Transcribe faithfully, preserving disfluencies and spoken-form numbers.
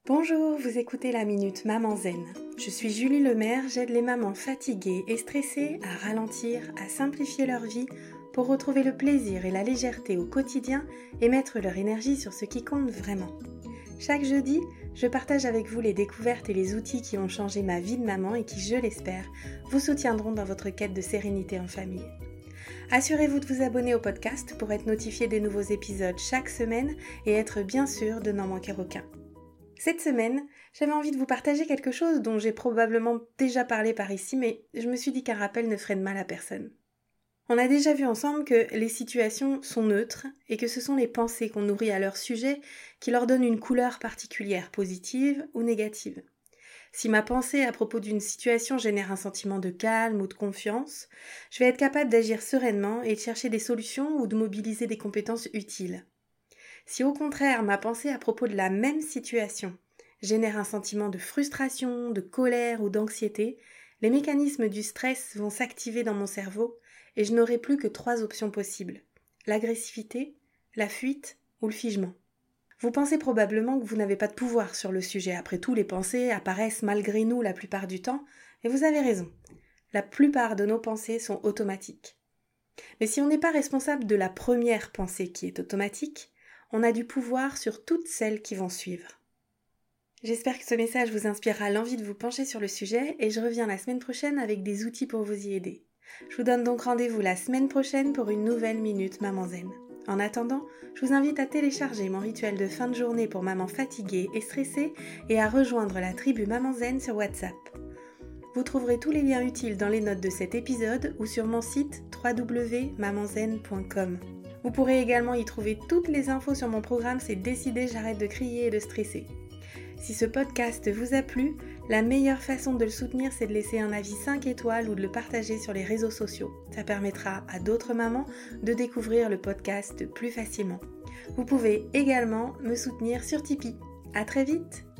Bonjour, vous écoutez la Minute Maman Zen. Je suis Julie Lemaire, j'aide les mamans fatiguées et stressées à ralentir, à simplifier leur vie pour retrouver le plaisir et la légèreté au quotidien et mettre leur énergie sur ce qui compte vraiment. Chaque jeudi, je partage avec vous les découvertes et les outils qui ont changé ma vie de maman et qui, je l'espère, vous soutiendront dans votre quête de sérénité en famille. Assurez-vous de vous abonner au podcast pour être notifié des nouveaux épisodes chaque semaine et être bien sûr de n'en manquer aucun. Cette semaine, j'avais envie de vous partager quelque chose dont j'ai probablement déjà parlé par ici, mais je me suis dit qu'un rappel ne ferait de mal à personne. On a déjà vu ensemble que les situations sont neutres et que ce sont les pensées qu'on nourrit à leur sujet qui leur donnent une couleur particulière, positive ou négative. Si ma pensée à propos d'une situation génère un sentiment de calme ou de confiance, je vais être capable d'agir sereinement et de chercher des solutions ou de mobiliser des compétences utiles. Si au contraire ma pensée à propos de la même situation génère un sentiment de frustration, de colère ou d'anxiété, les mécanismes du stress vont s'activer dans mon cerveau et je n'aurai plus que trois options possibles: l'agressivité, la fuite ou le figement. Vous pensez probablement que vous n'avez pas de pouvoir sur le sujet. Après tout, les pensées apparaissent malgré nous la plupart du temps, et vous avez raison. La plupart de nos pensées sont automatiques. Mais si on n'est pas responsable de la première pensée qui est automatique, on a du pouvoir sur toutes celles qui vont suivre. J'espère que ce message vous inspirera l'envie de vous pencher sur le sujet et je reviens la semaine prochaine avec des outils pour vous y aider. Je vous donne donc rendez-vous la semaine prochaine pour une nouvelle Minute Maman Zen. En attendant, je vous invite à télécharger mon rituel de fin de journée pour maman fatiguée et stressée et à rejoindre la tribu Maman Zen sur WhatsApp. Vous trouverez tous les liens utiles dans les notes de cet épisode ou sur mon site w w w point maman zen point com. Vous pourrez également y trouver toutes les infos sur mon programme C'est décidé, j'arrête de crier et de stresser. Si ce podcast vous a plu, la meilleure façon de le soutenir, c'est de laisser un avis cinq étoiles ou de le partager sur les réseaux sociaux. Ça permettra à d'autres mamans de découvrir le podcast plus facilement. Vous pouvez également me soutenir sur Tipeee. À très vite!